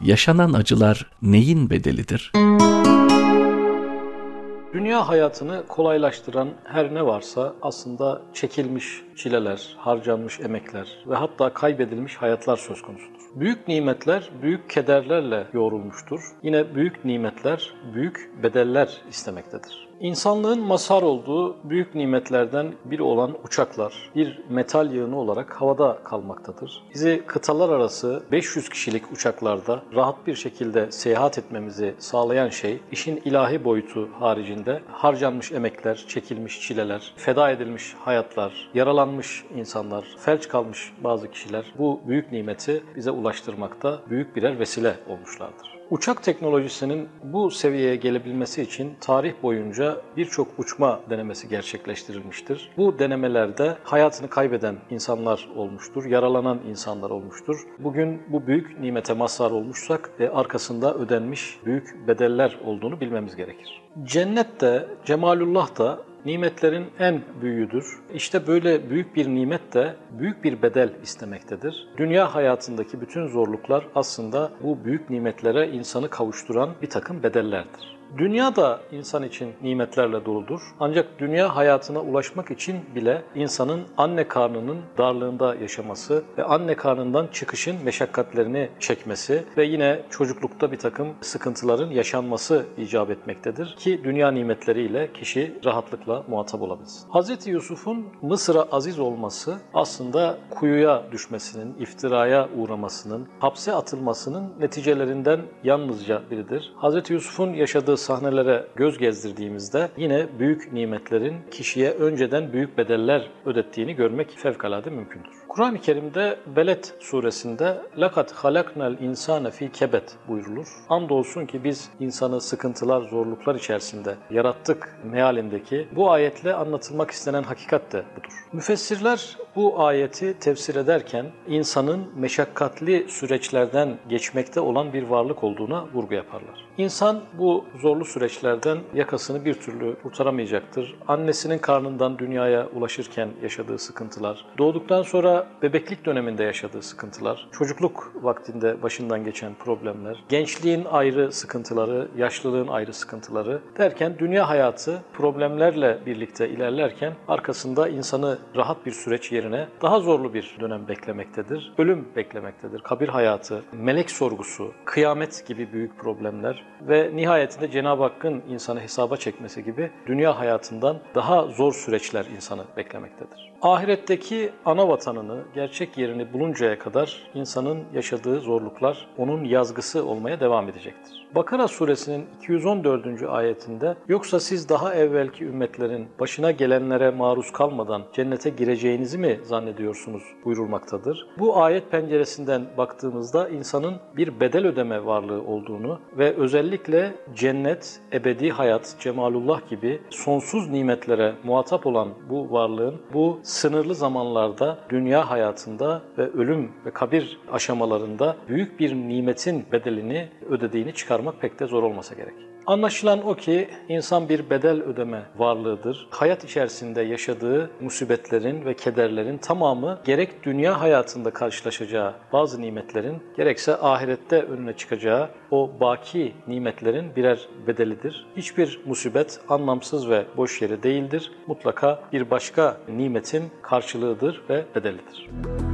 Yaşanan acılar neyin bedelidir? Dünya hayatını kolaylaştıran her ne varsa aslında çekilmiş çileler, harcanmış emekler ve hatta kaybedilmiş hayatlar söz konusudur. Büyük nimetler büyük kederlerle yoğrulmuştur. Yine büyük nimetler büyük bedeller istemektedir. İnsanlığın mazhar olduğu büyük nimetlerden biri olan uçaklar bir metal yığını olarak havada kalmaktadır. Bizi kıtalar arası 500 kişilik uçaklarda rahat bir şekilde seyahat etmemizi sağlayan şey, işin ilahi boyutu haricinde harcanmış emekler, çekilmiş çileler, feda edilmiş hayatlar, yaralanmış insanlar, felç kalmış bazı kişiler bu büyük nimeti bize ulaştırmakta büyük birer vesile olmuşlardır. Uçak teknolojisinin bu seviyeye gelebilmesi için tarih boyunca birçok uçma denemesi gerçekleştirilmiştir. Bu denemelerde hayatını kaybeden insanlar olmuştur, yaralanan insanlar olmuştur. Bugün bu büyük nimete mazhar olmuşsak arkasında ödenmiş büyük bedeller olduğunu bilmemiz gerekir. Cennet de, cemalullah da nimetlerin en büyüğüdür. İşte böyle büyük bir nimet de büyük bir bedel istemektedir. Dünya hayatındaki bütün zorluklar aslında bu büyük nimetlere insanı kavuşturan bir takım bedellerdir. Dünya da insan için nimetlerle doludur. Ancak dünya hayatına ulaşmak için bile insanın anne karnının darlığında yaşaması ve anne karnından çıkışın meşakkatlerini çekmesi ve yine çocuklukta bir takım sıkıntıların yaşanması icap etmektedir ki dünya nimetleriyle kişi rahatlıkla muhatap olabilsin. Hz. Yusuf'un Mısır'a aziz olması aslında kuyuya düşmesinin, iftiraya uğramasının, hapse atılmasının neticelerinden yalnızca biridir. Hz. Yusuf'un yaşadığı sahnelere göz gezdirdiğimizde yine büyük nimetlerin kişiye önceden büyük bedeller ödettiğini görmek fevkalade mümkündür. Kur'an-ı Kerim'de Beled suresinde لَقَدْ خَلَقْنَا الْاِنْسَانَ ف۪ي كَبَدٍ buyurulur. Andolsun ki biz insanı sıkıntılar, zorluklar içerisinde yarattık mealindeki bu ayetle anlatılmak istenen hakikat de budur. Müfessirler bu ayeti tefsir ederken insanın meşakkatli süreçlerden geçmekte olan bir varlık olduğuna vurgu yaparlar. İnsan bu zorlu süreçlerden yakasını bir türlü kurtaramayacaktır. Annesinin karnından dünyaya ulaşırken yaşadığı sıkıntılar, doğduktan sonra bebeklik döneminde yaşadığı sıkıntılar, çocukluk vaktinde başından geçen problemler, gençliğin ayrı sıkıntıları, yaşlılığın ayrı sıkıntıları derken dünya hayatı problemlerle birlikte ilerlerken arkasında insanı rahat bir süreç yerine daha zorlu bir dönem beklemektedir. Ölüm beklemektedir. Kabir hayatı, melek sorgusu, kıyamet gibi büyük problemler ve nihayetinde Cenab-ı Hakk'ın insanı hesaba çekmesi gibi dünya hayatından daha zor süreçler insanı beklemektedir. Ahiretteki ana vatanını, gerçek yerini buluncaya kadar insanın yaşadığı zorluklar onun yazgısı olmaya devam edecektir. Bakara suresinin 214. ayetinde yoksa siz daha evvelki ümmetlerin başına gelenlere maruz kalmadan cennete gireceğinizi mi zannediyorsunuz buyurulmaktadır. Bu ayet penceresinden baktığımızda insanın bir bedel ödeme varlığı olduğunu ve özellikle cennet, ebedi hayat, cemalullah gibi sonsuz nimetlere muhatap olan bu varlığın bu sınırlı zamanlarda dünya hayatında ve ölüm ve kabir aşamalarında büyük bir nimetin bedelini ödediğini çıkarmak pek de zor olmasa gerek. Anlaşılan o ki insan bir bedel ödeme varlığıdır. Hayat içerisinde yaşadığı musibetlerin ve kederlerin tamamı gerek dünya hayatında karşılaşacağı bazı nimetlerin gerekse ahirette önüne çıkacağı o baki nimetlerin birer bedelidir. Hiçbir musibet anlamsız ve boş yere değildir. Mutlaka bir başka nimetin karşılığıdır ve bedelidir.